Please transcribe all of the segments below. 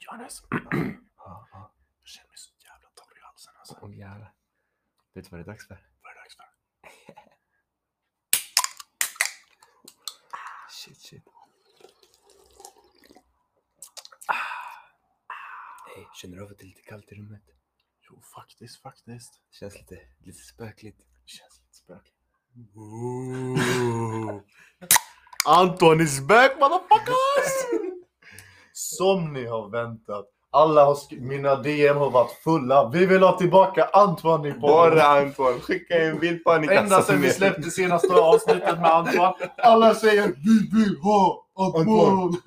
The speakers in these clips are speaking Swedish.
Johannes. Jag känner mig så jävla torr i halsen alltså. Åh jävlar. Vet du vad det är dags för? Vad är det dags för? Shit. Hej, känner du av att det är lite kallt i rummet? Jo, faktiskt. Det känns lite spökligt. Det känns lite spökligt. Anton is back, motherfuckers! Som ni har väntat. Alla har mina DM har varit fulla. Vi vill ha tillbaka Anton i podden. Bara Anton, skicka en bild på Annika. Ända sedan vi släppte senaste avsnittet med Anton. Alla säger vi vill ha Anton.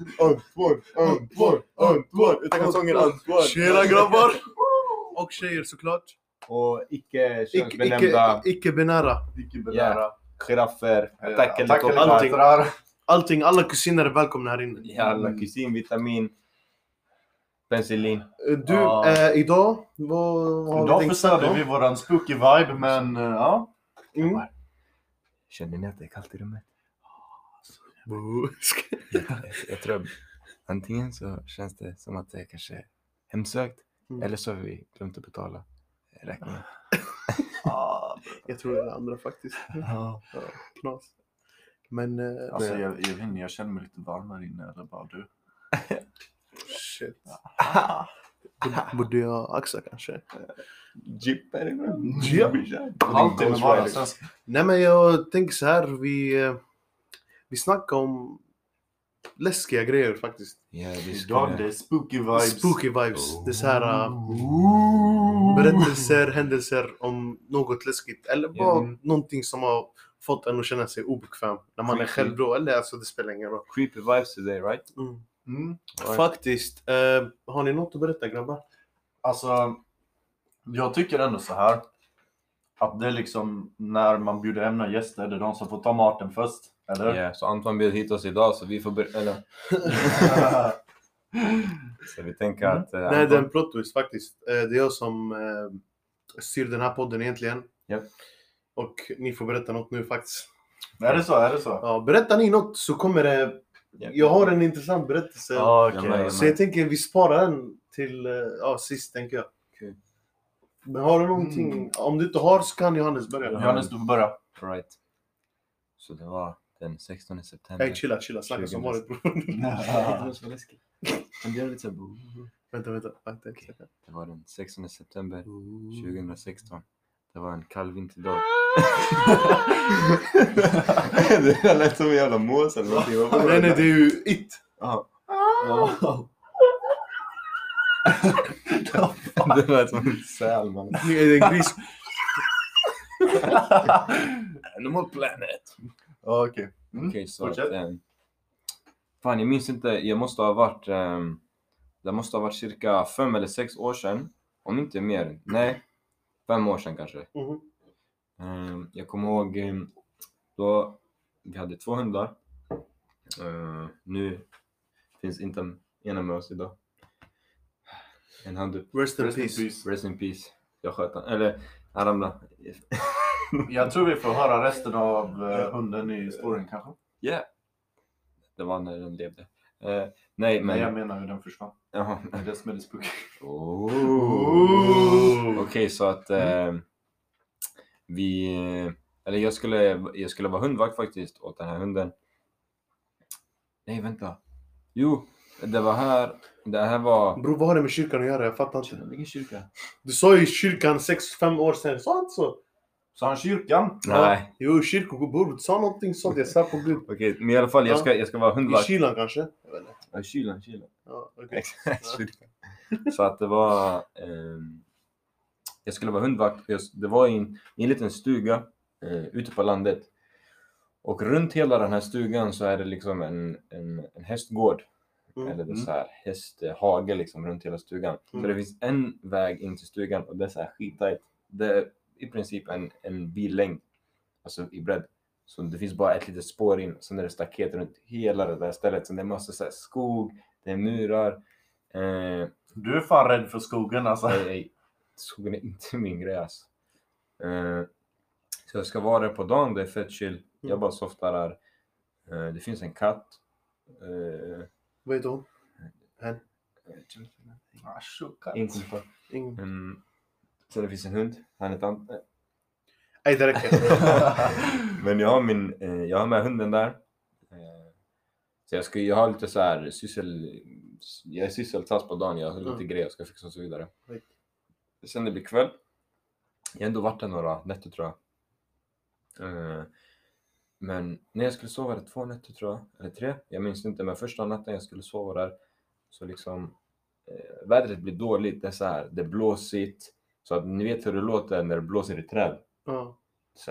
Utan sången Anton. Tjena grabbar. Och tjejer såklart. Och icke-könsbenämnda. Icke-binära. Giraffer. Allting, alla kusiner är välkomna här inne. Jävla kusin, vitamin. Penicillin. Idag, vad har Idag vi tänkt förstörde vi våran spooky vibe, men ja. Känner ni att det är kallt i rummet? Jag tror antingen så känns det som att det är kanske hemsökt. Eller så har vi glömt att betala räkningen. Jag tror det är det andra faktiskt. Ja, knas. Men Alltså jag känner mig lite varmare inne, eller bara du. shit. Borde jag axa kanske? Jipper. Alltid med bara svensk. Nej, men jag tänker så här, vi snackar om läskiga grejer faktiskt. Ja, Idag det är spooky vibes. Spooky vibes. Det är så här berättelser, händelser om något läskigt. Eller bara någonting som har fått en att känna sig obekväm. När man är själv då. Eller alltså det spelar ingen roll. Creepy vibes today, right? Faktiskt. Har ni något att berätta grabbar? Alltså, jag tycker ändå så här. Att det är liksom när man bjuder hem några gäster, det är de som får ta maten först. Eller? Ja, så Anton bjöd hit oss idag så vi får eller så vi tänker att Nej, det är en plot twist faktiskt. Det är jag som styr den här podden egentligen. Japp. Och ni får berätta något nu faktiskt. Är det så? Ja, berättar ni något så kommer det... Jag har en intressant berättelse. Okej. Så jag tänker vi sparar den till sist, tänker jag. Okej. Men har du någonting? Om du inte har så kan Johannes börja. Johannes, du får börja. right. Så det var den 16 september. Hej, chilla. Snacka som vanligt, bror. Det var så läskigt. Men det är lite så Vänta. Det var den 16 september 2016. Det var en kall vinterdag. Det lät som en jävla mås eller någonting. Nej, det är ju It. Det lät som en säl, man. Det är en gris. Animal Planet. Okej. Okej, så att, Fortsätt. fan, jag minns inte. Det måste ha varit cirka 5 eller 6 år sedan. Om inte mer. Nej, 5 år sedan kanske. Jag kommer ihåg då vi hade 2 hundar. Nu finns inte ena med oss idag. En hand upp. Rest in peace. Rest in peace. Jag sköt han. Eller han ramlade. Jag tror vi får höra resten av hunden i storyn kanske. Yeah. Det var när den levde. Nej, men... Nej, jag menar hur den försvann. Jaha. Det är det som är det spooky. Okej, så att jag skulle vara hundvakt faktiskt åt den här hunden. Nej, vänta. Jo, det här var... Bro, vad har det med kyrkan att göra? Jag fattar inte. Vilken kyrka? Du sa ju kyrkan 6-5 år sedan. Sa inte så? Så han kyrkan? Nej. Jo, kyrkogård. Du sa någonting sånt. Jag sa på Gud. Okej, men i alla fall, jag ska vara I hundvakt. kylan kanske? Jag vet inte. Ja, kylan. Ja, okej. Kyrkan. Så att det var... jag skulle vara hundvakt. Det var i en liten stuga ute på landet. Och runt hela den här stugan så är det liksom en hästgård. Eller det är så här hästhage liksom runt hela stugan. Så det finns en väg in till stugan och det är så här skittajt. Det är i princip en billängd. Alltså i bredd. Så det finns bara ett litet spår in. Sen är det staket runt hela det där stället. Så det är massa så här skog. Det är murar. Du är fan rädd för skogen alltså. Nej, skogen är inte min grej alltså. Så jag ska vara där på dagen. Det är fett chill. Jag bara softar där. Det finns en katt. Vad heter hon? Hen? En kommentar. Sen det finns en hund. Han är tant. Nej, det räcker. Men jag har med hunden där. Så jag har lite så här jag är sysselsatt på dagen, jag har lite grejer jag ska fixa och så vidare. Right. Sen det blir kväll. Jag har ändå varit där några nätter tror jag. Men när jag skulle sova där 2 nätter tror jag, eller 3, jag minns inte, men första natten jag skulle sova där så liksom vädret blir dåligt, det är så här, det är blåsigt, så att ni vet hur det låter när det blåser i träd. Så,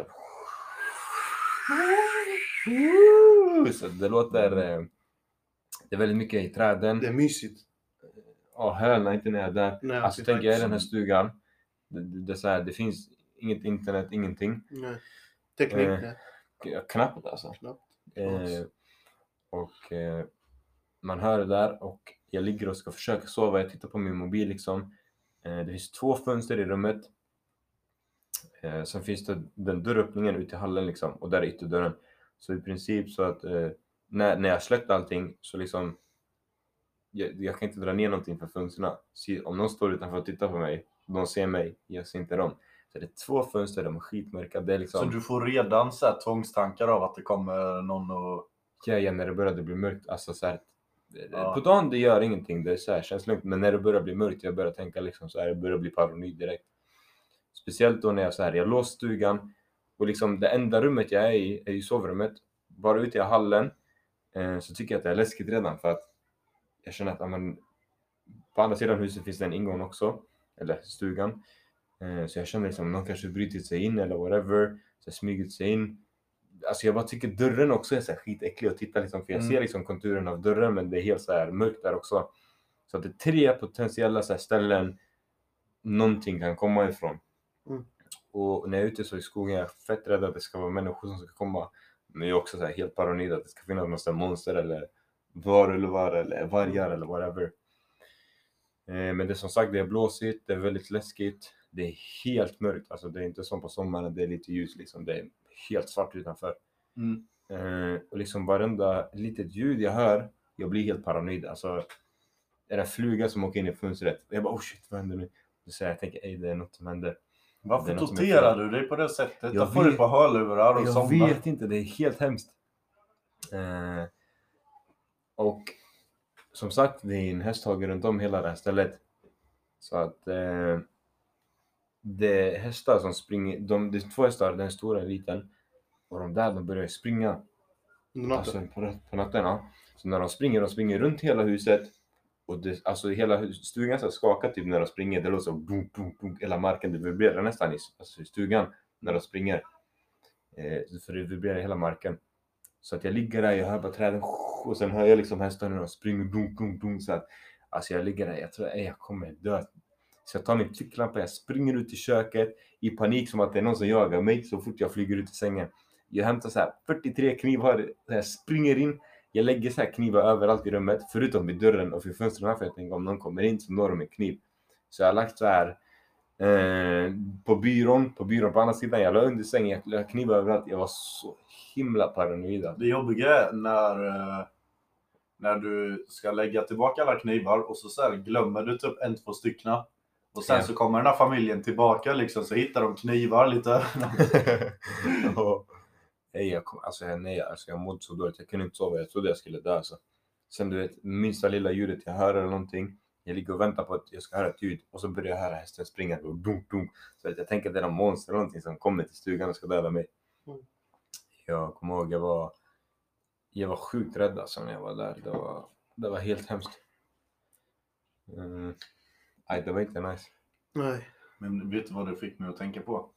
så det låter det är väldigt mycket i träden. Det är mysigt. Ja, hörna inte när jag är där. Nej, alltså tänker jag i den här stugan, det är så här, det finns inget internet, ingenting. Nej. Teknik. Knappt alltså. Knappt. Och man hör det där och jag ligger och ska försöka sova. Jag tittar på min mobil liksom. Det finns 2 fönster i rummet. Sen finns det den dörröppningen ut i hallen liksom. Och där är ytterdörren. Så i princip så att när jag släckt allting så liksom jag kan inte dra ner någonting för fönsterna. Om någon står utanför och tittar på mig, de ser mig, jag ser inte dem. Så det är 2 fönster, de är skitmörka. Det är liksom... Så du får redan så här tvångstankar av att det kommer någon och... Ja, när det började bli mörkt. Alltså så här, på dagen det gör ingenting, det är så här, känns lugnt. Men när det börjar bli mörkt, jag börjar tänka liksom så här, jag börjar bli paranoid direkt. Speciellt då när jag så här, jag låst stugan. Och liksom det enda rummet jag är i är ju sovrummet. Bara ute i hallen så tycker jag att det är läskigt redan. För att jag känner att på andra sidan huset finns det en ingång också. Eller stugan. Så jag känner liksom någon kanske brutit sig in eller whatever. Så jag smugit sig in. Alltså jag bara tycker dörren också är så här skitäcklig att titta liksom. För jag ser liksom konturen av dörren, men det är helt så här mörkt där också. Så att det är 3 potentiella så här ställen någonting kan komma ifrån. Och när jag är ute så i skogen är jag fett rädd att det ska vara människor som ska komma. Men jag är också så här helt paranoid att det ska finnas någon sån här monster eller varulvar eller vargar eller whatever. Men det är som sagt, det är blåsigt, det är väldigt läskigt. Det är helt mörkt, alltså det är inte som på sommaren, det är lite ljus liksom. Det är helt svart utanför. Och liksom varenda litet ljud jag hör, jag blir helt paranoid. Alltså, är det en fluga som åker in i fönstret? Jag bara, oh shit, vad händer nu? Så jag tänker, det är något som händer. Varför torterar du dig på det sättet? Jag får du på hörlurar och somnar. Jag vet inte, det är helt hemskt. Och som sagt, det är en hästhage runt om hela det här stället. Så att det är hästar som springer. Det är 2 hästar, den stora och liten. Och de börjar springa. Alltså på natten, ja. Så när de springer runt hela huset. Och alltså hela stugan så skakar typ när de springer. Det låter så boom, boom, boom. Hela marken, det vibrerar nästan i stugan när de springer. För det vibrerar hela marken. Så att jag ligger där, jag hör bara träden. Och sen hör jag liksom hästarna när de springer. Boom, boom, boom. Så att alltså jag ligger där, jag tror jag kommer dö. Så jag tar min ficklampa, jag springer ut i köket. I panik som att det är någon som jagar mig så fort jag flyger ut i sängen. Jag hämtar så här 43 knivar, jag springer in. Jag lägger så här knivar överallt i rummet, förutom vid dörren och vid fönstren, för jag tänker om någon kommer in så når de en kniv. Så jag har lagt så här på byrån på andra sidan, jag la under sängen, jag la knivar överallt. Jag var så himla paranoid. Det jobbiga är när du ska lägga tillbaka alla knivar och så här glömmer du typ 1-2 stycken. Och sen så kommer den här familjen tillbaka liksom, så hittar de knivar lite överallt. Jag mådde så dåligt, jag kunde inte sova, jag trodde jag skulle dö alltså. Sen du vet, minsta lilla ljudet jag hör eller någonting, jag ligger och väntar på att jag ska höra ett ljud och så börjar jag höra hästen springa och dum, dum. Så att jag tänker att det är någon monster eller någonting som kommer till stugan och ska döda mig. Jag kommer ihåg, jag var sjukt rädd alltså när jag var där. Det var helt hemskt. Nej, det var inte nice. Nej. Men vet du vad det fick mig att tänka på?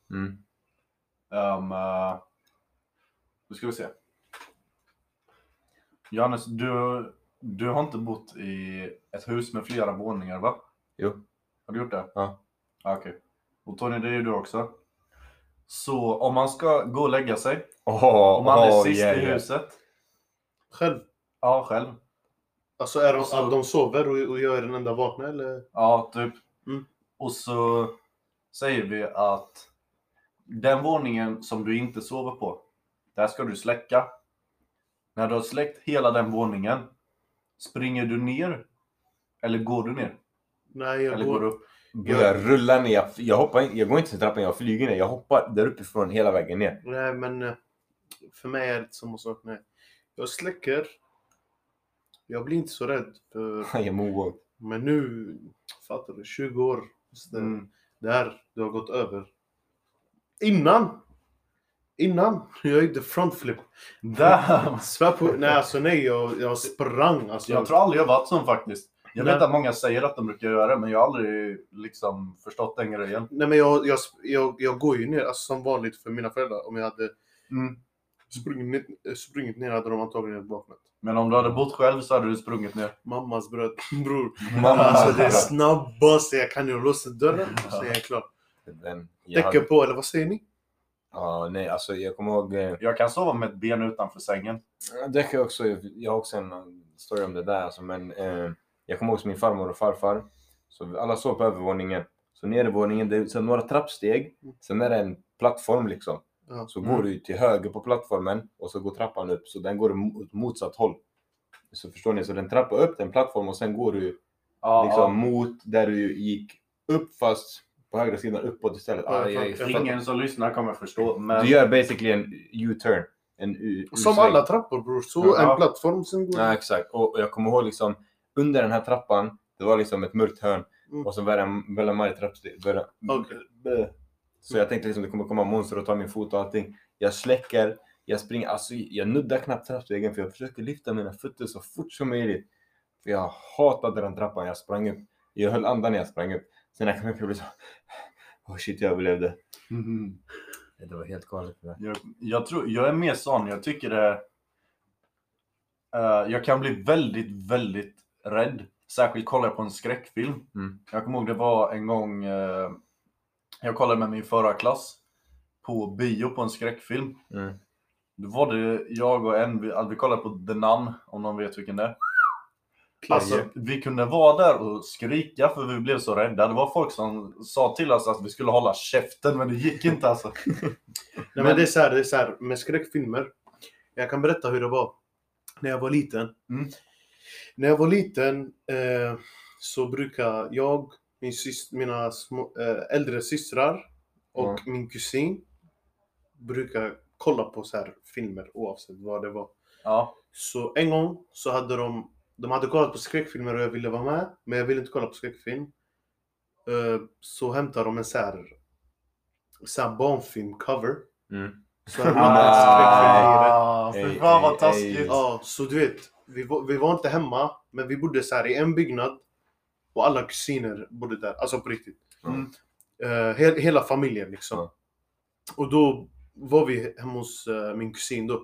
Nu ska vi se. Johannes, du har inte bott i ett hus med flera våningar, va? Jo. Har du gjort det? Ja. Okej. Och Tony, det är ju du också. Så om man ska gå och lägga sig, om man är sist i huset. Själv? Ja, själv. Alltså är de sover och jag är den enda vakna eller? Ja, typ. Och så säger vi att den våningen som du inte sover på, där ska du släcka. När du har släckt hela den våningen, springer du ner eller går du ner? Nej, jag Eller går går... du upp? Börjar rulla ner. Jag hoppar in, jag går inte till trappan, jag flyger ner. Jag hoppar där uppifrån hela vägen ner. Nej, men för mig är det samma sak. Nej. Jag släcker. Jag blir inte så rädd. För... Jag är moog. Men nu, fattar du, 20 år. Så det har gått över. Innan jag gjorde frontflip. Damn! Svär på... Nej, alltså nej, jag sprang. Alltså, Jag tror aldrig jag varit sån faktiskt. Jag vet Nej. att många säger att de brukar göra det, men jag har aldrig liksom förstått den grejen. Nej, men jag går ju ner alltså, som vanligt för mina föräldrar. Om jag hade sprungit ner hade de antagligen vaknat. Men om du hade bott själv så hade du sprungit ner. Mammas bror. Mamma, Alltså det är snabbast. Jag kan ju låsa dörren så är jag klar. Däcker på, eller vad säger ni? Ja, nej, alltså jag kommer ihåg... Jag kan sova med ett ben utanför sängen. Däcker också, jag har också en story om det där. Alltså, men jag kommer ihåg min farmor och farfar. Så alla sov på övervåningen. Så nedervåningen, det är sen några trappsteg. Sen är det en plattform liksom. Ja. Så går du till höger på plattformen och så går trappan upp. Så den går åt motsatt håll. Så förstår ni? Så den trappar upp en plattform och sen går du liksom mot där du gick upp fast på högra sidan uppåt istället. Ingen som lyssnar kommer förstå. Men... Du gör basically en U-turn. Som alla trappor bror. Så en plattform sen går... Ja, exakt. Och jag kommer ihåg liksom under den här trappan. Det var liksom ett mörkt hörn. Och så började varje trappsteg. Så jag tänkte liksom det kommer komma monster och ta min fot och allting. Jag släcker. Jag springer. Alltså jag nuddar knappt trappstegen. För jag försöker lyfta mina fötter så fort som möjligt. För jag hatade den trappan. Jag sprang upp. Jag höll andan när jag sprang upp. Sen när jag kom upp jag blev så... Oh shit, jag överlevde. Det var helt galet. Jag är mer sån. Jag tycker det... jag kan bli väldigt, väldigt rädd. Särskilt kollar jag på en skräckfilm. Jag kommer ihåg det var en gång... jag kollade med min förra klass. På bio på en skräckfilm. Då var det jag och vi kollade på The Nun. Om någon vet vilken det är. Alltså, vi kunde vara där och skrika för vi blev så rädda. Det var folk som sa till oss att vi skulle hålla käften, men det gick inte alltså. Nej, men det är så här med skräckfilmer. Jag kan berätta hur det var när jag var liten. När jag var liten så brukar jag, mina äldre systrar och min kusin brukar kolla på så här filmer oavsett vad det var. Ja. Så en gång så hade de hade kollat på skräckfilmer och jag ville vara med, men jag ville inte kolla på skräckfilm. Så hämtade de en så här barnfilm cover. Så hade de en skräckfilm i det. Fy fan vad taskigt. Ja, så du vet, vi var inte hemma, men vi bodde så här i en byggnad och alla kusiner bodde där, alltså på riktigt. Hela familjen liksom. Och då var vi hemma hos min kusin då.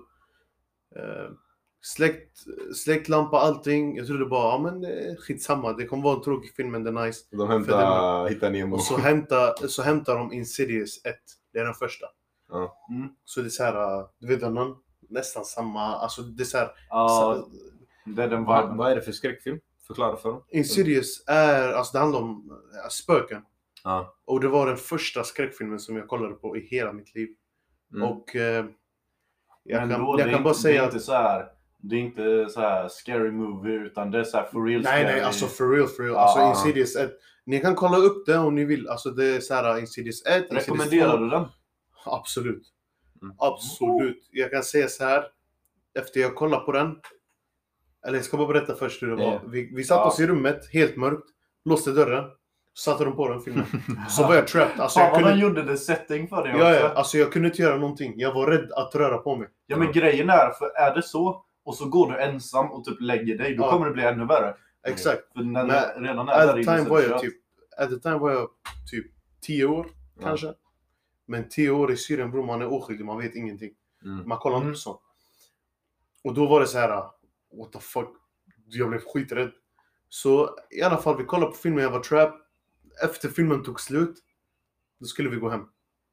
Släckt lampa, allting. Jag trodde bara, ja men skitsamma. Det kommer vara en tråkig film, men det är nice. De hittar Nemo. Och så hämtar de Insidious 1. Det är den första. Så det är så här, du vet någon nästan samma, alltså det är så här. Det är den vad är det för skräckfilm? Förklara för dem. Insidious är, alltså det handlar om spöken. Och det var den första skräckfilmen som jag kollade på i hela mitt liv. Och jag kan bara säga att det är inte så här scary movie, utan det är så här for real scary. Nej, alltså for real. Alltså Insidious 1. Ni kan kolla upp det om ni vill. Alltså det är så här Insidious 1. Rekommenderar du den? Absolut. Absolut. Jag kan säga så här. Efter jag kollade på den. Eller jag ska bara berätta först hur det var. Vi satt oss i rummet, helt mörkt. Låste dörren. Satte de på den filmen. Så var jag trapped. Alltså, de gjorde det setting för det också. Ja, alltså jag kunde inte göra någonting. Jag var rädd att röra på mig. Ja, men grejen är, för är det så och så går du ensam och typ lägger dig, då kommer det bli ännu värre. Exakt. För redan är där at the time var jag typ 10 år kanske. Men 10 år i Syrien, bror, man är oskyldig, man vet ingenting. Man kollar inte på sånt. Och då var det så här, what the fuck, jag blev skiträdd. Så i alla fall, vi kollade på filmen, jag var trapped. Efter filmen tog slut, då skulle vi gå hem.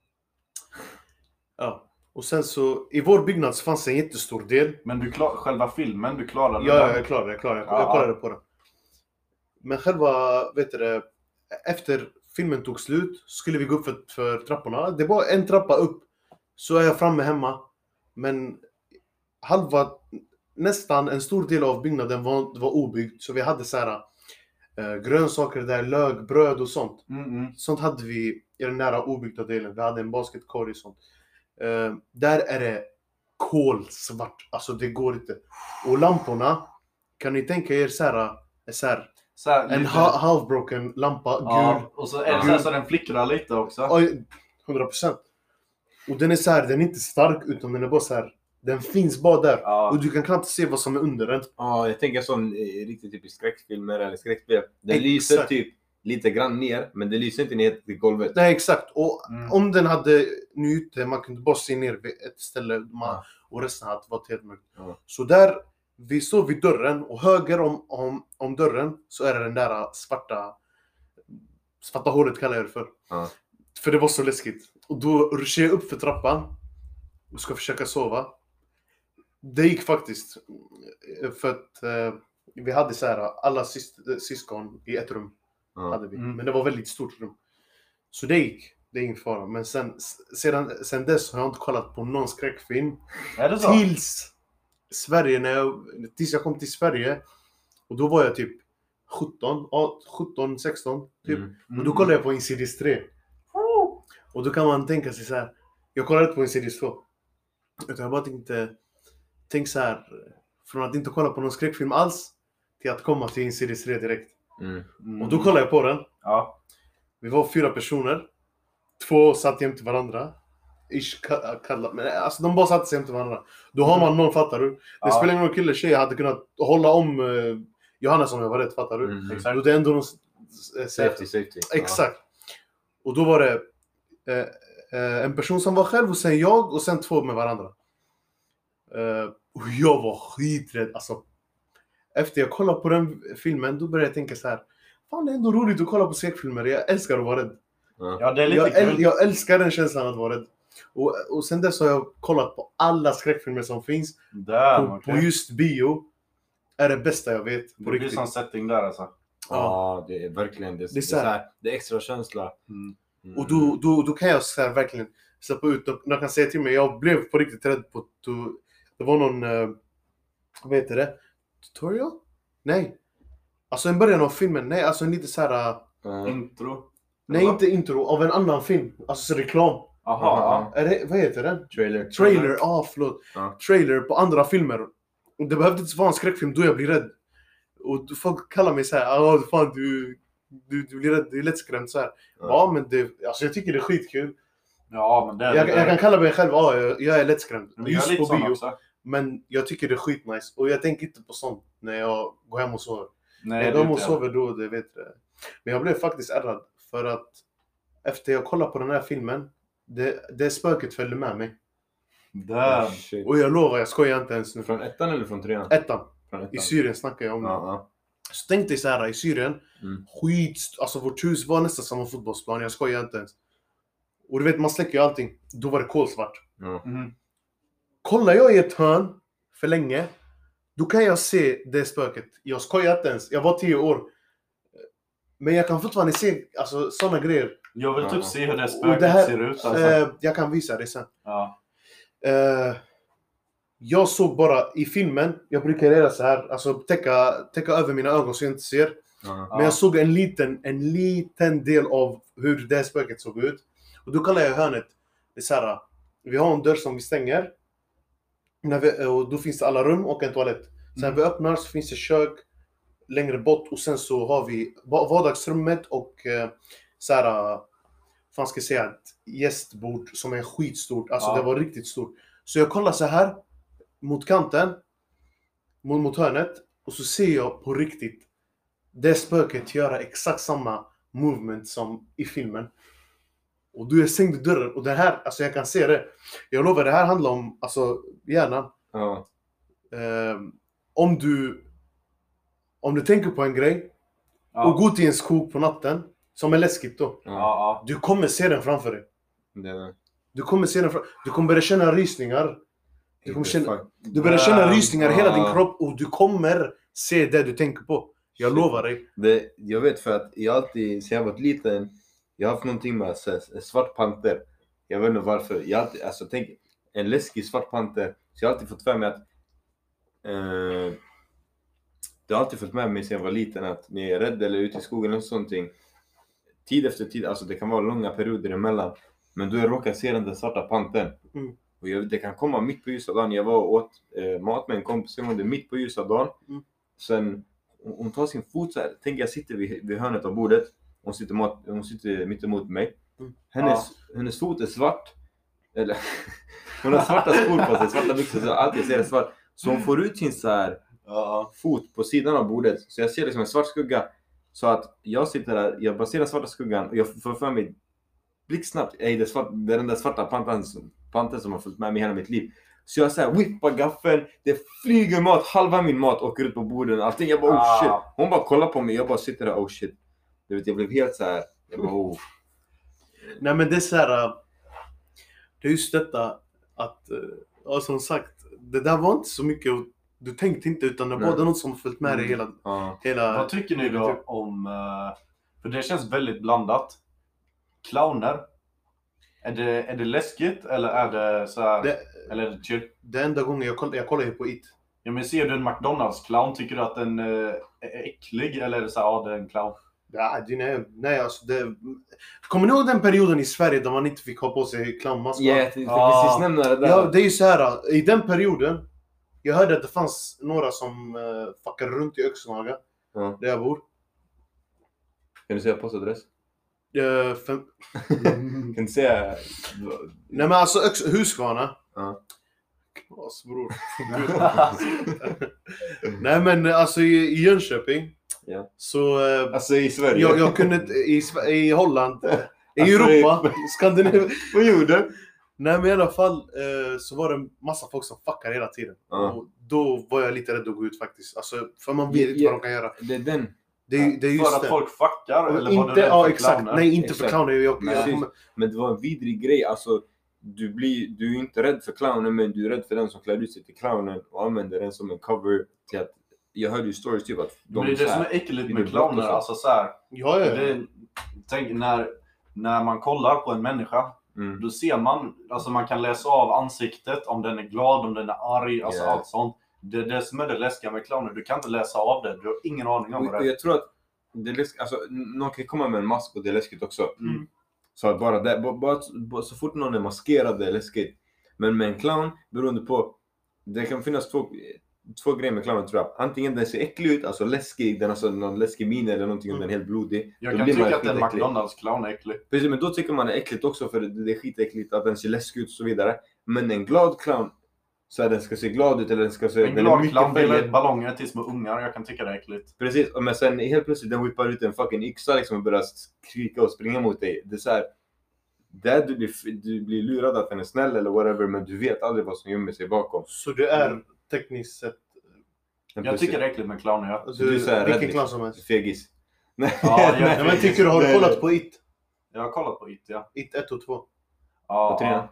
Ja. Och sen så, i vår byggnad så fanns en jättestor del. Men du själva filmen, du klarade den? Ja, jag klarade. Jag kollade på den. Men själva, efter filmen tog slut, skulle vi gå upp för trapporna. Det var en trappa upp. Så är jag framme hemma. Men nästan en stor del av byggnaden var obyggd. Så vi hade så här grönsaker där, lök, bröd och sånt. Mm. Sånt hade vi i den nära obyggda delen. Vi hade en basketkorg och sånt. Där är det kolsvart. Alltså det går inte. Och lamporna, kan ni tänka er så här en lite... half-broken lampa, gul. Och så är det så den flickrar lite också. Oj, 100%. Och den är så här, den är inte stark utan den är bara så här. Den finns bara där. Ja. Och du kan knappt se vad som är under den. Ja, jag tänker sån riktigt typ i skräckfilmer eller skräckspel. Den Exakt. lyser typ lite grann ner, men det lyser inte ner till golvet. Nej, exakt. Och om den hade ute, man kunde bara se ner vid ett ställe och resten hade varit helt mörkt. Ja. Så där, vi står vid dörren och höger om dörren så är det den där svarta hålet kallar jag det för. Ja. För det var så läskigt. Och då ruschar jag upp för trappan och ska försöka sova. Det gick faktiskt. För att vi hade så här alla syskon i ett rum. Hade vi. Men det var väldigt stort rum. Så det gick. Det är ingen fara. Men sen dess har jag inte kollat på någon skräckfilm. Är det så? Tills jag kom till Sverige. Och då var jag typ 17, 16 typ. Och då kollade jag på Insidious 3. Och då kan man tänka sig så här. Jag kollade inte på Insidious 2. Utan jag bara tänkte så här. Från att inte kolla på någon skräckfilm alls till att komma till Insidious 3 direkt. Och då kollade jag på den. Ja. Vi var 4 personer. 2 satt jämte varandra. Men alltså de bara satt sig jämte varandra. Då har man någon, fattar du? Det spelar ingen roll, kille, tjej hade kunnat hålla om Johannes om jag var rätt, fattar du? Exakt. Då det är ändå någon Safety. Exakt. Och då var det en person som var själv och sen jag och sen 2 med varandra. Och jag var skiträdd. Alltså, efter jag kollade på den filmen då började jag tänka så här. Fan, det är ändå roligt att kolla på skräckfilmer. Jag älskar att vara rädd. Ja, det är lite kul. Jag älskar den känslan att vara rädd. Och sen dess har jag kollat på alla skräckfilmer som finns. På just bio. Är det bästa jag vet. Det blir sån setting där alltså. Ja, det är verkligen det. Det är extra känsla. Och då kan jag så här verkligen släppa ut. Jag kan säga till mig, jag blev på riktigt rädd på. Det var någon, vad heter det? Tutorial? Nej. Alltså en början av filmen. Nej, alltså en lite så här. Intro. Nej, inte intro. Av en annan film. Alltså reklam. Aha. Är det, vad heter den? Trailer. Förlåt. Ja. Trailer på andra filmer. Och det behövde inte vara en skräckfilm då jag blir rädd. Och folk kallar mig så här, fan du blir rädd, du är lättskrämd så här. Ja, men alltså jag tycker det är skitkul. Ja, men det jag kan kalla mig själv, jag är lättskrämd. Just på bio. Också. Men jag tycker det är skitnice. Och jag tänker inte på sånt när jag går hem och sover. Nej, när jag går hem och sover då, det vet jag. Men jag blev faktiskt ärrad. För att efter jag kollade på den här filmen, det spöket följde med mig. Damn. Och jag lovar, jag skojar inte ens nu. Från 1 eller från 3? 1. I Syrien snackar jag om det. Så tänkte jag så här, i Syrien, alltså vårt hus var nästan som en fotbollsplan, jag skojar inte ens. Och du vet, man släcker ju allting. Då var det kolsvart. Kollar jag i ett hörn för länge, då kan jag se det spöket. Jag skojar inte ens, jag var 10 år. Men jag kan fortfarande se alltså, såna grejer. Jag vill typ se hur det spöket ser ut. Alltså. Jag kan visa det sen. Ja. Jag såg bara i filmen, jag brukar göra så här, alltså täcka över mina ögon så jag inte ser. Men jag såg en liten del av hur det spöket såg ut. Och då kallar jag hörnet. Det är så här, vi har en dörr som vi stänger. Och då finns det alla rum och en toalett. Sen vi öppnar så finns det kök längre bort och sen så har vi vardagsrummet och så här, fan ska jag säga, ett gästbord som är skitstort. Alltså det var riktigt stort. Så jag kollar så här mot kanten, mot hörnet, och så ser jag på riktigt det spöket göra exakt samma movement som i filmen. Och då jag stängde dörren och det här, alltså jag kan se det. Jag lovar, det här handlar om alltså hjärnan. Om du tänker på en grej och går till en skog på natten som är läskigt då. Du kommer se den framför dig. Du kommer se den du kommer börja känna rysningar. Du börjar känna rysningar i hela din kropp och du kommer se det du tänker på. Jag lovar dig. Jag vet för att jag alltid, sen jag var liten, jag har haft någonting med svart panter. Jag vet inte varför. Jag alltid, alltså tänk, en läskig svart panter. Så jag har alltid fått för mig att det har alltid följt med mig sedan jag var liten att ni är rädd eller ute i skogen eller sånting. Tid efter tid, alltså det kan vara långa perioder emellan. Men då jag råkar se den där svarta pantern. Och det kan komma mitt på ljusa dagen. Jag var och åt mat med en kompis. Det mitt på ljusa dagen. Sen hon tar sin fot så här. Tänker jag sitter vid hörnet av bordet. Hon sitter mitt emot mig. Hennes fot är svart. Eller hon har svarta skor på sig. Svarta byxor. Så alltid ser det svart. Så hon får ut sin så här fot på sidan av bordet. Så jag ser liksom en svart skugga. Så att jag sitter där. Jag bara ser den svarta skuggan. Och jag får för mig blixtsnabbt. Det är den där svarta panten som har följt med mig hela mitt liv. Så jag såhär whippar gaffeln. Det flyger mat. Halva min mat åker ut på borden. Allting. Jag bara oh shit. Hon bara kollar på mig. Jag bara sitter där oh shit. Du vet, jag blev helt så här. Jag bara oh. Nej men det är så här. Det är just detta att som sagt. Det där var inte så mycket. Du tänkte inte utan det var något som följt med dig hela. Vad tycker ni då om... För det känns väldigt blandat. Clowner. Är det läskigt eller är det så här, eller är det chill? Det enda gången jag kollar ju på It. Ja men ser du en McDonald's-clown, tycker du att den är äcklig eller är det så här, det är en clown? Ja, nej alltså det... Kommer ni ihåg den perioden i Sverige där man inte fick ha på sig clownmask? Ja, jag tänkte precis nämna det där. Ja, det är ju så här. I den perioden, jag hörde att det fanns några som fuckade runt i Öxnaga, där jag bor. Kan du säga postadress? Kan du säga... Nej men alltså Huskvarna. Bror. Nej men alltså i Jönköping. Ja. Så alltså i Sverige. Jag kunde i Holland, i Europa, Skandinavien. Vad gjorde? Nej men i alla fall så var det massa folk som fuckar hela tiden. Och då var jag lite rädd att gå ut faktiskt. Alltså för man vet inte vad de kan göra. Det är den. Det är just för att folk fuckar eller inte, var det ja exakt. Nej inte för clowner. Men det var en vidrig grej. Alltså du är inte rädd för clownen, men du är rädd för den som klär ut sig till clownen och använder den som en cover till att... Jag hörde ju stories typ att de... Men det är det som är äckligt med clowner, alltså så här. Ja. Tänk när man kollar på en människa, då ser man, alltså man kan läsa av ansiktet om den är glad, om den är arg, alltså allt sånt. Det är det som är det läskiga med clowner. Du kan inte läsa av det, du har ingen aning om vad det är. Jag tror att det är läskigt, alltså någon kan komma med en mask och det är läskigt också. Så att bara så fort någon är maskerad det är läskigt. Men med en clown, beroende på, det kan finnas två grejer med clownen tror jag. Antingen den ser äcklig ut, alltså läskig, den har alltså någon läskig min eller någonting om den är helt blodig. Jag kan tycka att en McDonald's-clown är äcklig. Precis, men då tycker man det är äckligt också för det är skitäckligt att den ser läskig ut och så vidare. Men en glad clown, så att den ska se glad ut eller den ska se... En glad clown delar ballonger till små ungar, jag kan tycka det är äckligt. Precis, men sen helt plötsligt den whippar ut en fucking yxa liksom och börjar skrika och springa mot dig. Det är så här, där du blir lurad att den är snäll eller whatever, men du vet aldrig vad som gömmer sig bakom. Så det är tekniskt sett... Jag tycker det är äckligt med clowner, ja. Du är vilken clown som helst? Fegis. Ja, men tycker du, har du kollat på It? Jag har kollat på It, ja. It 1 och 2. Ja.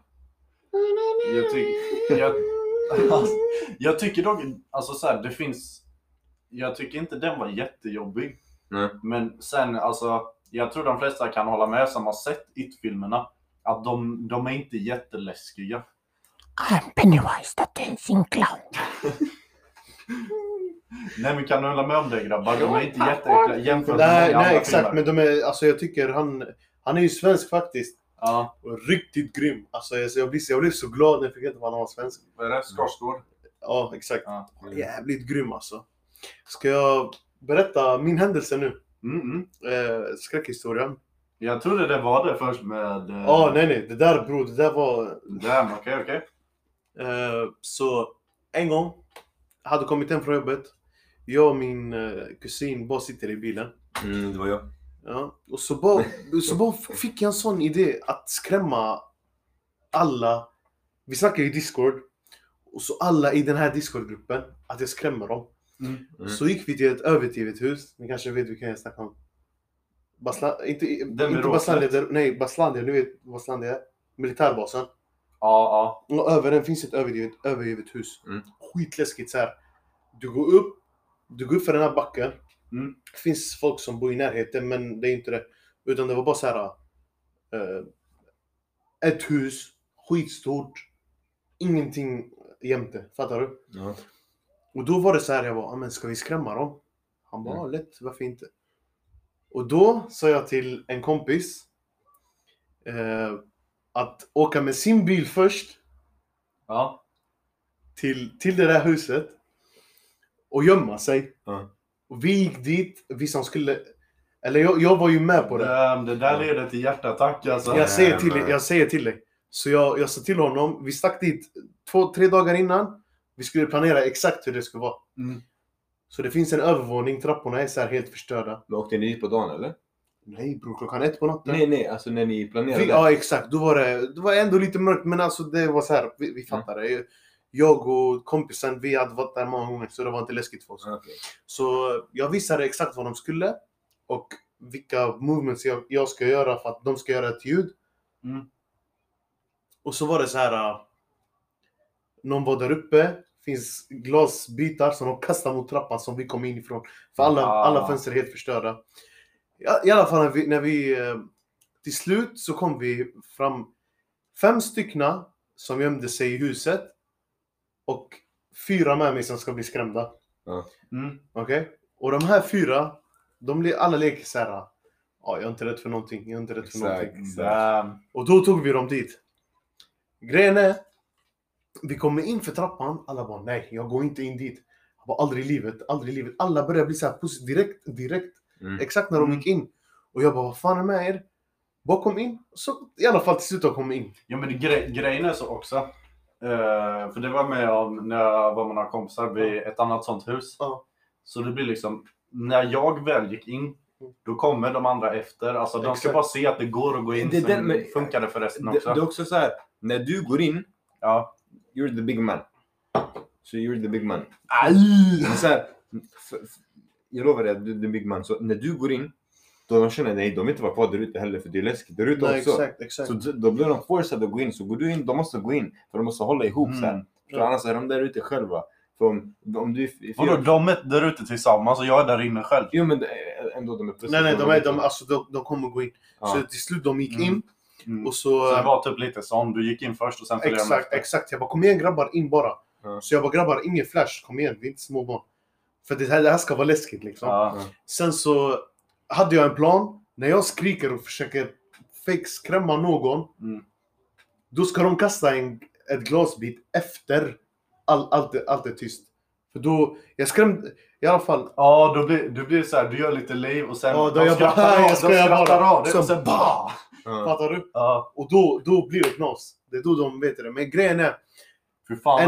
Jag tycker dock, alltså så här, det finns... Jag tycker inte den var jättejobbig. Men sen, alltså... Jag tror de flesta kan hålla med som har sett It-filmerna. Att de är inte jätteläskiga. I'm Pennywise the Dancing Clown. Nej men kan du hålla med om det grabbar? De är inte jätteäckliga jämfört med nej exakt filmer. men de är, alltså jag tycker han är ju svensk faktiskt. Ja. Riktigt grym. Alltså jag blev så glad när jag fick veta att han var svensk. Vad är det? Skarsgård? Ja exakt. Jävligt grym alltså. Ska jag berätta min händelse nu? Skräckhistorien. Jag trodde det var det först med... nej. Det där bro, det där var... Damn, okej. Så en gång hade kommit hem från jobbet. Jag och min kusin bara sitter i bilen. Det var jag. Ja, och så bara fick jag en sån idé att skrämma alla. Vi snackar i Discord. Och så alla i den här Discord-gruppen, att jag skrämmer dem. Så gick vi till ett övergivet hus. Ni kanske vet vilken jag snackar om. Inte Baslandia, nej Baslandia, nu vet Baslandia, militärbasen. Ja. Och över den finns ett övergivet hus. Skitläskigt så här. Du går upp för den här backen. Det finns folk som bor i närheten, men det är inte det. Utan det var bara så här ett hus, skitstort. Ingenting jämte, fattar du? Ja. Och då var det så här, jag bara, men ska vi skrämma dem? Han bara, lätt, varför inte? Och då sa jag till en kompis att åka med sin bil först Ja. till det där huset och gömma sig. Och vi gick dit, vi som skulle... Eller jag var ju med på det. Det där leder till hjärtattack alltså. Jag säger till dig. Så jag sa till honom, vi stack dit 2-3 dagar innan. Vi skulle planera exakt hur det skulle vara. Så det finns en övervåning, trapporna är så här helt förstörda. Men åkte ni dit på dagen eller? Nej bror, 1:00 på natten. Nej, alltså när ni planerade. Ja exakt, då var det var ändå lite mörkt, men alltså det var så här, vi fattade. Jag och kompisen, vi hade varit där många gånger, så det var inte läskigt för oss. Okay. Så jag visade exakt vad de skulle och vilka movements jag ska göra för att de ska göra ett ljud. Och så var det så här, någon var där uppe, finns glasbitar som de kastar mot trappan som vi kom in ifrån. För alla fönster är helt förstörda. I alla fall när vi till slut så kom vi fram 5 styckna som gömde sig i huset och 4 med mig som ska bli skrämda. Okej? Och de här 4, alla leker så här. Ja, jag är inte rädd för någonting. Och då tog vi dem dit. Grejen är, vi kommer in för trappan, alla bara nej, jag går inte in dit. Jag bara, aldrig i livet. Alla började bli så här positivt direkt. Exakt när de gick in. Och jag bara, vad fan är med er? Bara kom in. Så i alla fall till slut de kom in. Ja men grejen är så också. För det var med om när jag var med några kompisar vid ett annat sånt hus. Så det blir liksom, när jag väl gick in, då kommer de andra efter. Alltså de ska bara se att det går att gå in. Sen funkar det för resten också. Det är också så här, när du går in, you're the big man. Så you're the big man. Så här, jag lovar dig, du är the big man. Så när du går in, då de känner nej, de vill inte vara kvar där ute heller, för det är läskigt där ute också. Exakt. Så då blir de forcade att gå in. Så går du in, de måste gå in. För de måste hålla ihop så här. För annars är de där ute själva. För om du... de är där ute tillsammans och jag är där inne själv. Jo men ändå de är precis. Nej, de kommer gå in. Så till slut de gick in. Och så det var typ lite sån, du gick in först och sen följde de efter. Exakt. Jag bara, kom igen grabbar, in bara. Så jag bara, grabbar, ingen flash, kom igen, vi är inte små barn. För det här ska vara läskigt liksom. Sen så hade jag en plan. När jag skriker och försöker fake skrämma någon, då ska de kasta ett glasbit efter allt är tyst. För då, jag skrämde i alla fall. Ja, du blir så här, du gör lite liv och sen jag skrattar av det och sen bara. Fattar du? Och då blir det knas. Det är då de vet det. Men grejen är, en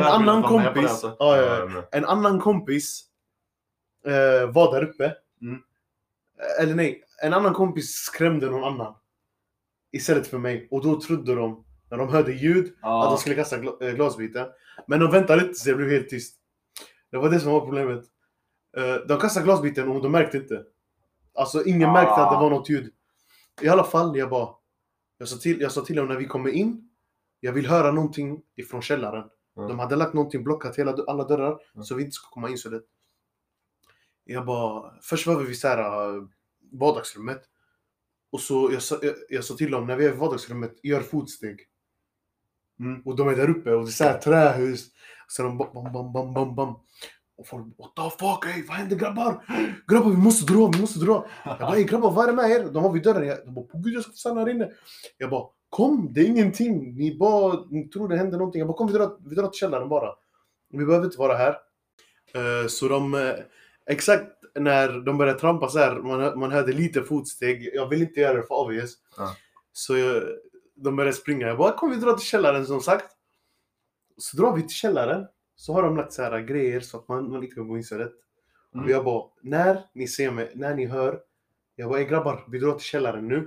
annan kompis var där uppe. Eller nej, en annan kompis skrämde någon annan istället för mig. Och då trodde de, när de hörde ljud, att de skulle kasta glasbitar. Men de väntade lite så det blev helt tyst. Det var det som var problemet. De kastade glasbiten och de märkte inte. Alltså ingen märkte att det var något ljud. I alla fall, jag sa till dem när vi kommer in, jag vill höra någonting ifrån källaren. De hade lagt någonting, blockat alla dörrar, så vi inte ska komma in så lätt. Jag bara, först var vi så här vardagsrummet. Och så jag sa till dem, när vi är i vardagsrummet, gör fotsteg. Och de är där uppe och det är så här trähus. Så de bam. Och folk, what the fuck, ey, vad händer grabbar? Grabbar, vi måste dra. Jag bara, ey grabbar, vad är det med er? De har vid dörren. De bara, på gud, jag ska stanna här inne. Jag bara, kom, det är ingenting. Ni tror det händer någonting. Jag bara, kom, vi drar till källaren bara. Vi behöver inte vara här. Så de, exakt när de började trampa så här, man hörde lite fotsteg. Jag vill inte göra det för obvious. Så de började springa. Jag bara, kom, vi drar till källaren som sagt. Så drar vi till källaren. Så har de lagt så här grejer så att man inte kan gå in så rätt. Och jag bara, när ni ser mig, när ni hör, jag bara, grabbar, vi drar till källaren nu.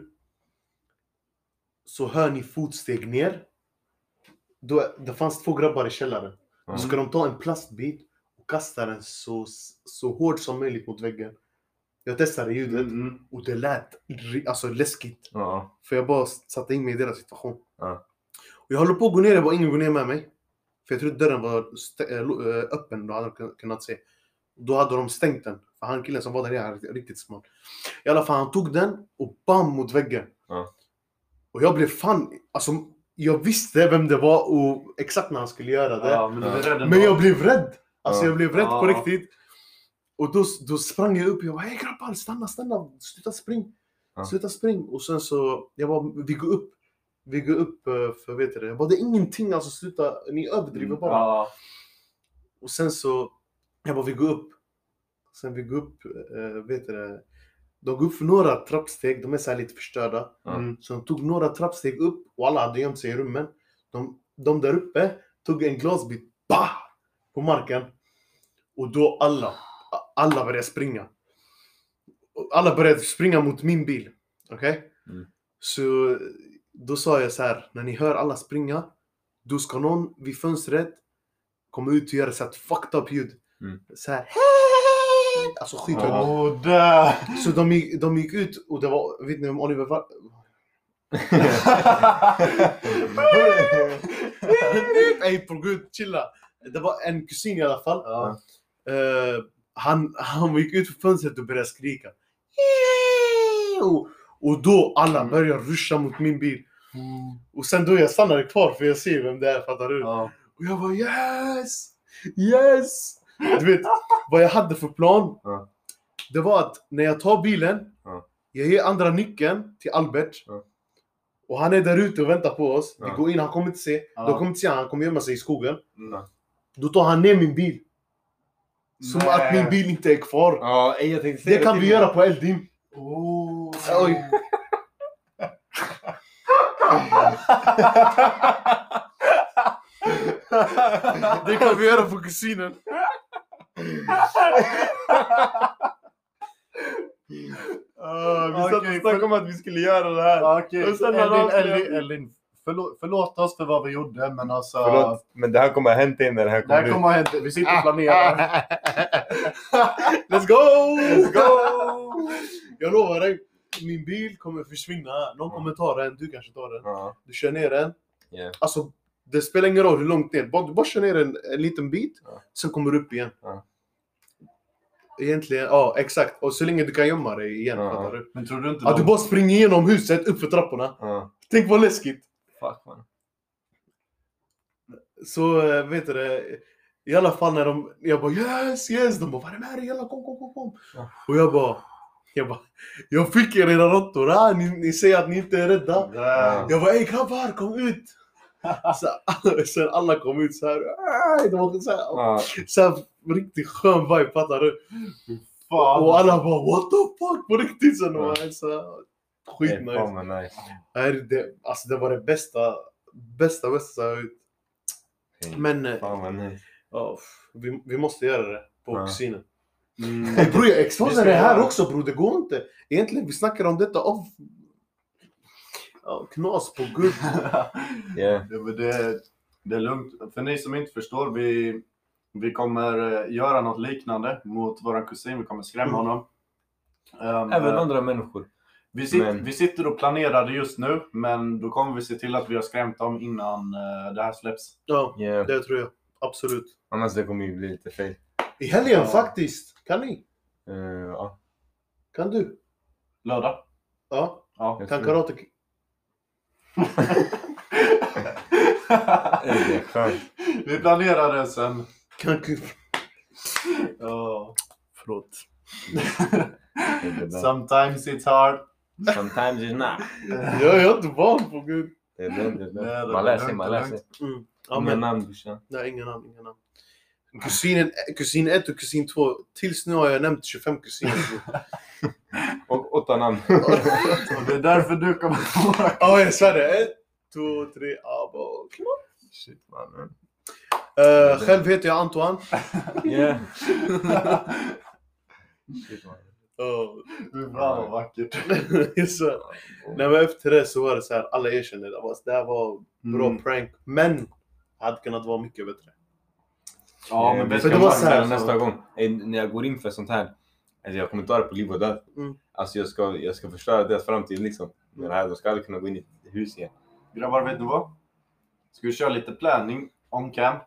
Så hör ni fotsteg ner. Det fanns 2 grabbar i källaren. Så ska de ta en plastbit och kasta den så hårt som möjligt mot väggen. Jag testade ljudet och det lät alltså läskigt. För jag bara satte in mig i deras situation. Och jag håller på att gå ner, jag bara, ingen går ner med mig. För jag trodde dörren var öppen, då hade de kunnat se. Då hade de stängt den. För han killen som var där är riktigt smart. I alla fall, han tog den och bam mot väggen. Och jag blev alltså jag visste vem det var och exakt när han skulle göra det. Men jag blev rädd. Alltså jag blev rädd på riktigt. Och då sprang jag upp och jag bara, hej grabbar, stanna, sluta spring. Och sen så, jag bara, vi går upp för vet du det. Jag bara, det är ingenting, alltså sluta, ni överdriver bara. Ja. Och sen så, jag bara, vi går upp, vet du det. De går upp för några trappsteg, de är så här lite förstörda. Så de tog några trappsteg upp och alla hade gömt sig i rummen. De där uppe tog en glasbit på marken. Och då alla började springa. Alla började springa mot min bil. Okej? Så då sa jag så här, när ni hör alla springa, då ska någon vid fönstret komma ut och göra så här fucked up ljud. Så här, hej! Alltså skithögt. Så de gick ut och det var, vet ni om Oliver var? Nej, på gud, chilla. Det var en kusin i alla fall. Han gick ut för fönstret och började skrika. Och då alla började ruscha mot min bil. Och sen då jag stannade kvar för jag ser vem det är, fattar du? Och jag var yes! Du vet, vad jag hade för plan. Det var att när jag tar bilen, jag ger andra nyckeln till Albert. Och han är där ute och väntar på oss. Vi går in, han kommer inte se. Han kommer gömma sig i skogen. Då tar han ner min bil. Som att min bil inte är kvar. Jag tänkte säga det kan vi göra på Eldin. Oj. Det kan vi göra på kusinen. Vi satt och snackade om att vi skulle göra det här. Eldin, förlåt oss för vad vi gjorde, men alltså... Förlåt, men det här kommer att hända när det här kommer ut. Kommer att hända. Vi sitter och planerar. Let's go! Jag lovar dig, min bil kommer försvinna. Någon kommer ta den, du kanske tar den. Du kör ner den. Alltså, det spelar ingen roll hur långt ner. Du bara kör ner en liten bit, sen kommer du upp igen. Egentligen, exakt. Och så länge du kan gömma dig igen, fattar du? Men tror du inte du bara springer igenom huset, upp för trapporna. Tänk vad läskigt. Fuck man. Så vet du det, i alla fall när jag bara yes, de bara, vad är det med dig? Jalla, kom. Och jag bara, jag fick er era råttor, ni säger att ni inte är rädda. Jag bara, ey grabbar, kom ut. Sen alla kom ut så här. De var så här riktigt skön vibe, fattar du? Och alla bara, what the fuck, på riktigt. Sen var det så här, skitnice. Alltså det var det bästa ut. Men vi måste göra det på kusinen. Bror, jag exposerar det här också, bror. Det går inte. Egentligen, vi snackar om detta knas på gud. Det är lugnt. För ni som inte förstår, vi kommer göra något liknande mot våran kusin. Vi kommer skrämma honom. Även andra människor. Vi sitter och planerar det just nu, men då kommer vi se till att vi har skrämt dem innan det här släpps. Det tror jag. Absolut. Annars det kommer ju bli lite fel. I helgen faktiskt. Kan ni? Ja. Kan du? Lördag? Ja. Kan karate? Det är skönt. Vi planerar det sen. Kan du? Förlåt. Sometimes it's hard. Sometimes it's not. Jag är inte van på gud. Det är man läser. Inga namn, brorsan. Nej, inga namn. Kusin 1 och kusin 2. Tills nu har jag nämnt 25 kusiner. Och 8 namn. Och det är därför du kommer ihåg. Jag svär det. 1, 2, 3, Shit, man. Själv heter jag Antoine. Yeah. Shit, man. Vad vackert. Nej, men efter det så var det så här, alla erkände det här var bra prank, men hade kunnat vara mycket bättre. Men det var så här nästa gång när jag går in för sånt här, alltså jag kommer ta det på liv och död. Alltså jag ska förstöra deras framtid liksom. Men här, de ska aldrig kunna gå in i ett hus igen. Grabbar, vet du vad? Ska vi köra lite planning on cam?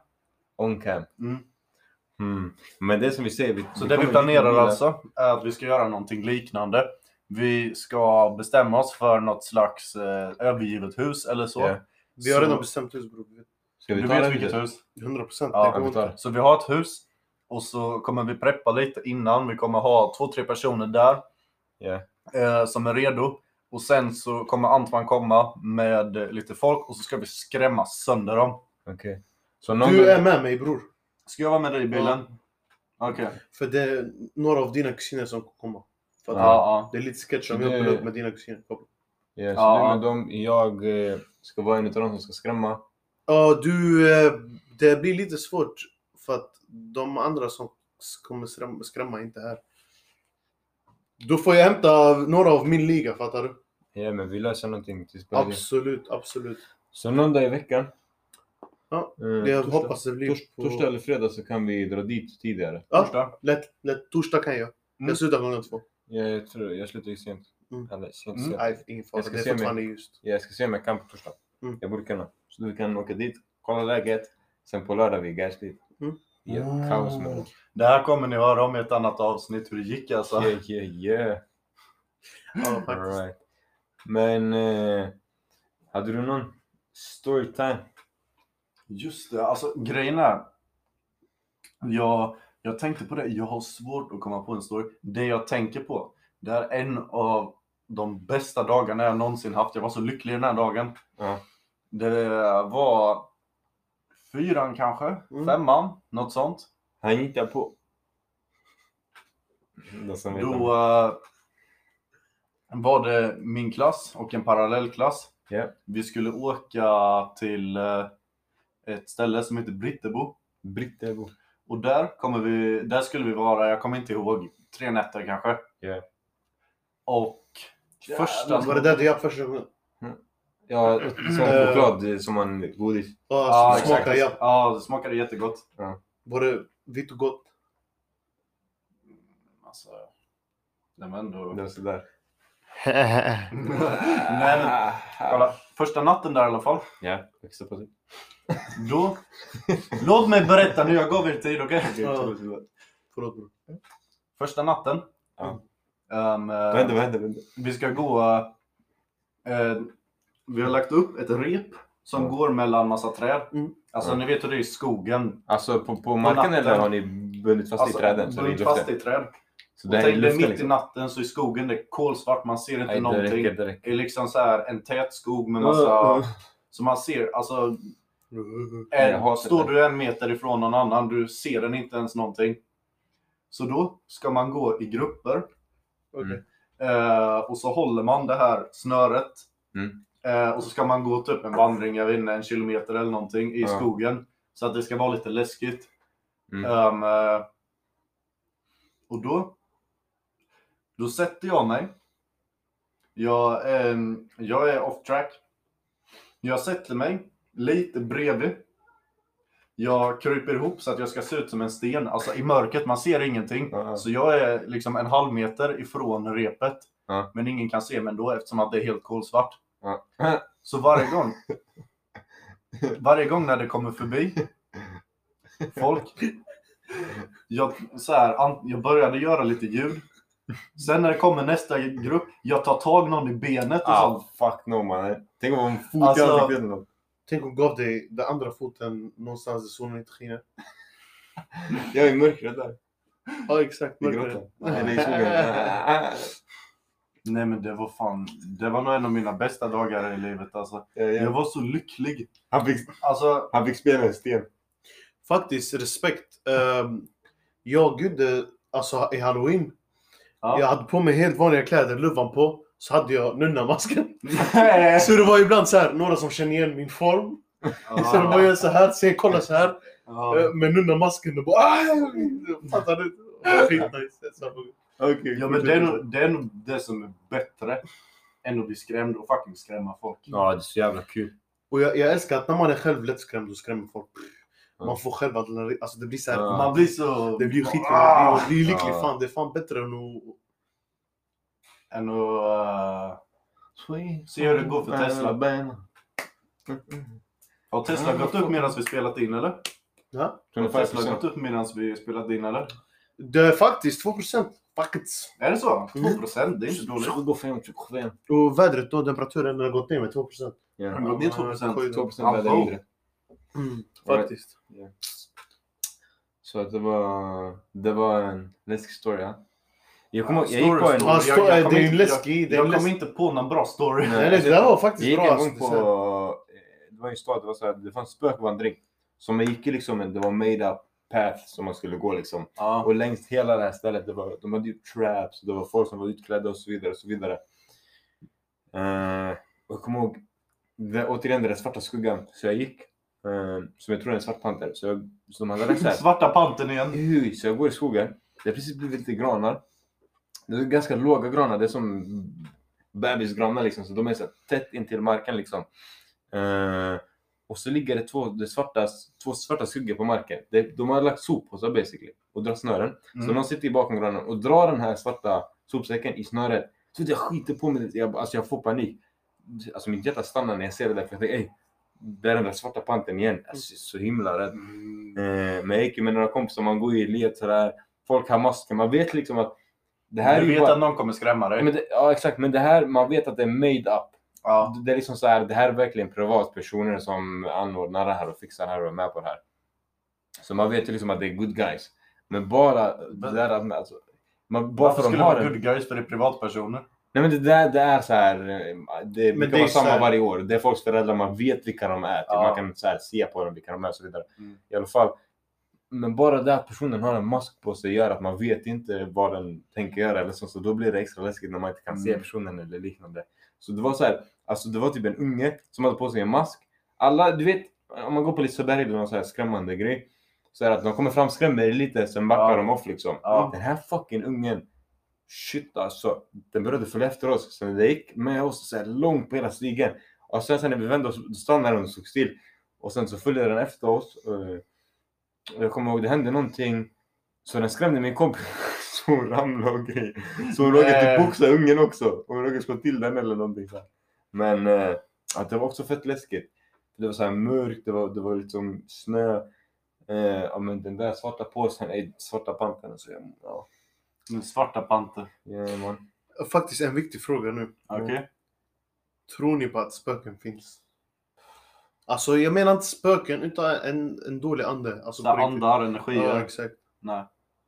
Men det som vi ser... Så det vi planerar alltså är att vi ska göra någonting liknande. Vi ska bestämma oss för något slags övergivet hus eller så. Vi har redan bestämt hus, bror. Du vet vilket hus? 100%. Ja, så vi har ett hus. Och så kommer vi preppa lite innan. Vi kommer ha 2-3 personer där. Som är redo. Och sen så kommer Antoine komma med lite folk. Och så ska vi skrämma sönder dem. Okej. Du är med mig, bror. Ska jag vara med dig i bilen? Okej. För det är några av dina kusiner som kommer. För Ja. det är lite sketch om jag spelar upp med dina kusiner. Ja, så du med dem, jag ska vara en av dem som ska skrämma. Ja, det blir lite svårt för att de andra som kommer skrämma inte här. Då får jag hämta några av min liga, fattar du? Ja, men vi löser någonting till Absolut. Så någon dag i veckan. Ja, jag hoppas det blir torsdag eller fredag så kan vi dra dit tidigare. Ja, lätt. Torsdag kan jag. Jag slutar gången 2. Ja, jag tror jag slutar ju sent. Eller sent. Nej, ingen fara. Det är fortfarande just. Jag ska se om jag kan på torsdag. Jag borde kunna. Så vi kan åka dit, kolla läget. Sen på lördag vi guys dit. Kaos med det. Det här kommer ni höra om i ett annat avsnitt hur det gick alltså. Yeah. Ja, faktiskt. All right. Men hade du någon storytime? Just det, alltså grejen är. Jag tänkte på det, jag har svårt att komma på en story. Det jag tänker på, det är en av de bästa dagarna jag någonsin haft. Jag var så lycklig den här dagen. Det var 4 kanske, 5, något sånt. Han gick där på. Då var det min klass och en parallellklass. Vi skulle åka till ett ställe som heter Brittebo. Och där skulle vi vara, jag kommer inte ihåg, 3 nätter kanske. Och första... Var det där jag första gången? Ja, som choklad som man godis. Ja, det smakade Ja, det smakade jättegott. Var det vitt och gott? Alltså, det var ändå... Det var sådär. Nej, men, kolla, första natten där i alla fall. Ja, växte på sig. Då, låt mig berätta nu, jag gav er tid, okej? Förlåt. Första natten. Vänta. Vi ska gå... vi har lagt upp ett rep som går mellan massa träd. Alltså ni vet hur det är i skogen. Alltså på marken eller har ni bundit fast i träden? Bundit fast i träd. Så och tänk dig mitt i natten så i skogen det är kolsvart, man ser inte någonting. Det räcker. Det är liksom så här en tät skog med massa... Så man ser, alltså... står du 1 meter ifrån någon annan, du ser den inte ens någonting. Så då ska man gå i grupper. Och så håller man det här snöret. Och så ska man gå typ en vandring, jag vet inte, 1 kilometer eller någonting i skogen. Så att det ska vara lite läskigt. Och då sätter jag mig. Jag är off track. Jag sätter mig lite bredvid. Jag kryper ihop så att jag ska se ut som en sten. Alltså i mörkret, man ser ingenting. Så jag är liksom 1,5 meter ifrån repet. Men ingen kan se mig då eftersom att det är helt kolsvart. Så varje gång när det kommer förbi folk, jag började göra lite ljud. Sen när det kommer nästa grupp, jag tar tag någon i benet och sånt. Fuck no man. Tänk om fot Tänk om gav dig den andra foten någonstans där solen inte skiner. Jag är mörkret där. Ja, exakt. Mörkret. Nej men det var nog en av mina bästa dagar i livet alltså. Jag var så lycklig. Han fick spela en sten. Faktiskt, respekt. Jag gjorde, alltså i Halloween. Jag hade på mig helt vanliga kläder, luvan på. Så hade jag nunnamasken. Så det var ibland så här, några som känner igen min form. Så det var jag så här, se kolla så här. Med nunnamasken och bara fattar du? Ja men det är nog det som är bättre än att bli skrämd och fucking skrämma folk. Ja, det är så jävla kul. Och jag älskar att när man är själv lättskrämd och skrämmer folk. Man får själv alltså det blir så här, man blir så... Det blir skit, man blir lycklig fan. Det är fan bättre än att se hur det går för Tesla. Har Tesla gått upp medan vi spelat in eller? Ja. Har Tesla gått upp medan vi spelat in eller? Det är faktiskt 2%. Faktiskt. Är det så? 2%? Det är inte dåligt. 25. Och vädret och temperaturen har gått ner med 2%. Ja. Har gått ner 2%. 2% väder mindre. Faktiskt. Så att det var en läskig story. Ja. Jag kommer Ja, jag gick på en... story. det är ju läskig. Jag kom inte på någon bra story. Nej, det där var faktiskt Jag gick bra. en gång på... Det var en stad, det var så här, det fanns spökvandring. Så man gick liksom, det var made up path som man skulle gå liksom. Ja. Och längs hela det här stället, de hade gjort traps, det var folk som var utklädda och så vidare och så vidare. Och jag kommer ihåg, återigen den svarta skuggan. Så jag gick, som jag tror är en svart panter. Så de hade lagt så här. Svarta panten igen. Så jag går i skogen, det har precis blivit lite granar. Det är ganska låga granar, det är som bebisgranar liksom. Så de är så här tätt in till marken liksom. Och så ligger det två svarta skuggor på marken. De har lagt sop på sig basically och drar snören. Så de sitter i bakom granen och drar den här svarta sopsäcken i snöret. Så jag skiter på mig. Jag får panik. Alltså mitt hjärta stannar när jag ser det där. För jag tänker, det är den där svarta panten igen. Alltså, så himla rädd. Men jag gick med några kompisar. Man går i led sådär. Folk har masker. Man vet liksom att det här du är vet bara... att någon kommer skrämma dig. Men ja, exakt. Men det här, man vet att det är made up. Ja. Det är liksom så här, det här är verkligen privatpersoner som anordnar det här och fixar det här och är med på det här. Så man vet ju liksom att det är good guys. Men bara det där att alltså, Varför skulle det vara good guys för det är privatpersoner? Nej men det är så här, det brukar vara samma här... varje år. Det är folks föräldrar, man vet vilka de är. Ja. Man kan så här se på dem vilka de är och så vidare. I alla fall. Men bara det att personen har en mask på sig gör att man vet inte vad den tänker göra eller så då blir det extra läskigt när man inte kan se personen eller liknande. Så det var så här, alltså det var typ en unge som hade på sig en mask. Alla, du vet, om man går på Liseberg eller någon så här skrämmande grej. Så är att de kommer fram skrämmer lite, sen backar de off liksom. Den här fucking ungen, shit alltså, den började följa efter oss. Så det gick med oss så här långt på hela stigen. Och sen när vi vände oss, då stannade den och såg still. Och sen så följde den efter oss. Jag kommer ihåg, det hände någonting. Så den skrämde min kompis. Så hon ramlade och grejer. Så hon råkade typ boxa ungen också. Hon råkade slå till den eller någonting så här. Men att det var också fett läskigt. Det var så här mörkt, det var liksom snö. Ja men den där svarta påsen är svarta panten. Så ja. Den svarta panter. Ja man. Faktiskt en viktig fråga nu. Okej. Tror ni på att spöken finns? Alltså jag menar inte spöken utan en dålig ande. Alltså, Så andar, energier. Ja, exakt. Nej.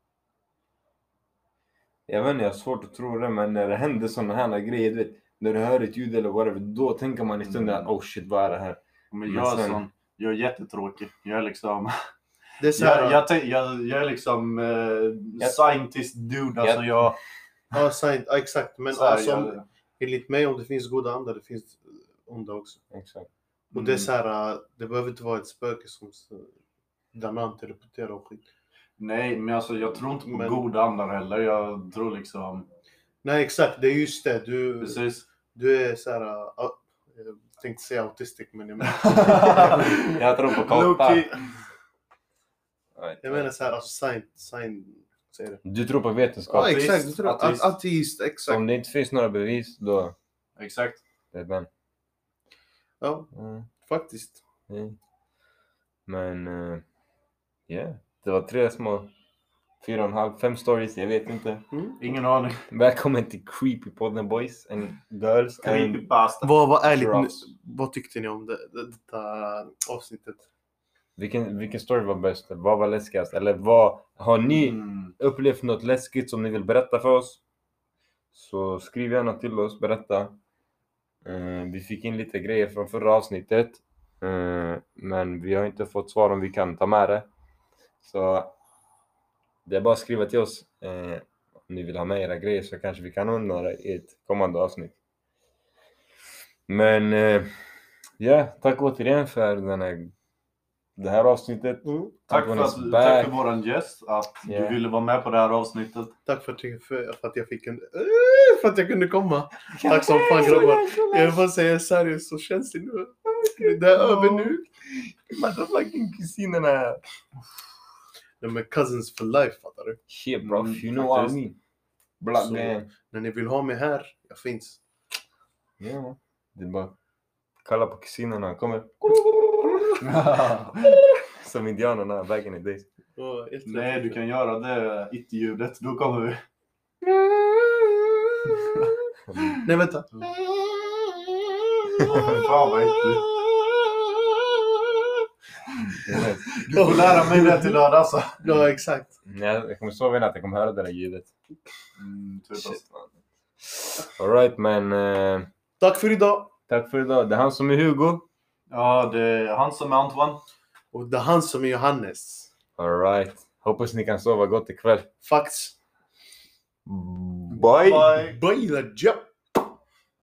Jag vet inte, jag har svårt att tro det. Men när det händer sådana här grejer, du vet, när du hör ett ljud eller whatever, då tänker man i stunden att oh shit, vad är det här? Men jag är jättetråkig. Jag är liksom... Det är så här, jag är liksom scientist dude. Alltså jag... Ja, exakt. Men så här, alltså, enligt mig, om det finns goda andar, det finns onda också. Exakt. Och det är så här, det behöver inte vara ett spöke som där man teleporterar och skit. Nej, men alltså jag tror inte på goda andar heller. Jag tror liksom... Nej, exakt. Det är just det. Precis. Du är så här... jag tänkte säga autistic, men jag menar... Jag tror på koppar. Jag menar så här, alltså säger det. Du tror på vetenskap. Ja, exakt. Du tror ateist, exakt. Om det inte finns några bevis, då... Exakt. Det är den. Ja, faktiskt. Men... Yeah. Det var 3 små 4,5-5 stories, jag vet inte. Ingen aning. Välkommen till Creepypodden boys and girls. Creepypasta. Vad ärligt, vad tyckte ni om detta avsnittet? Vilken story var bäst? Vad var läskigast? Eller vad har ni upplevt något läskigt som ni vill berätta för oss? Så skriv gärna till oss, berätta. Vi fick in lite grejer från förra avsnittet. Men vi har inte fått svar om vi kan ta med det. Så det är bara att skriva till oss. Om ni vill ha med era grejer så kanske vi kan undra det i ett kommande avsnitt. Men ja, tack återigen för det här avsnittet. Tack för våran gäst att du ville vara med på det här avsnittet. Tack för att jag fick för att jag kunde komma. Tack som fan grabbar. Jag vill bara säga seriöst, så känns det nu. Det är över nu. Motherfucking kusinerna här. De är cousins for life, fattar du? Shit bro, you know what I mean. Blood gang. När ni vill ha mig här, jag finns. Ja, det är bara kalla på kusinerna, kommer. Som indianerna back in the days. Nej, du kan göra det it-ljudet, då kommer vi. Nej, vänta. Fan vad äckligt. Du får lära mig det till lördag alltså. Ja, exakt. Jag kommer sova in att jag kommer höra det där ljudet. Shit. Alright, men Tack för idag. tack för idag. Det är han som är Hugo. Ja, det är han som är Antoine. Och det är han som är Johannes. Alright. Hoppas ni kan sova gott ikväll. Facts. Bye! Bye. Bye, la job.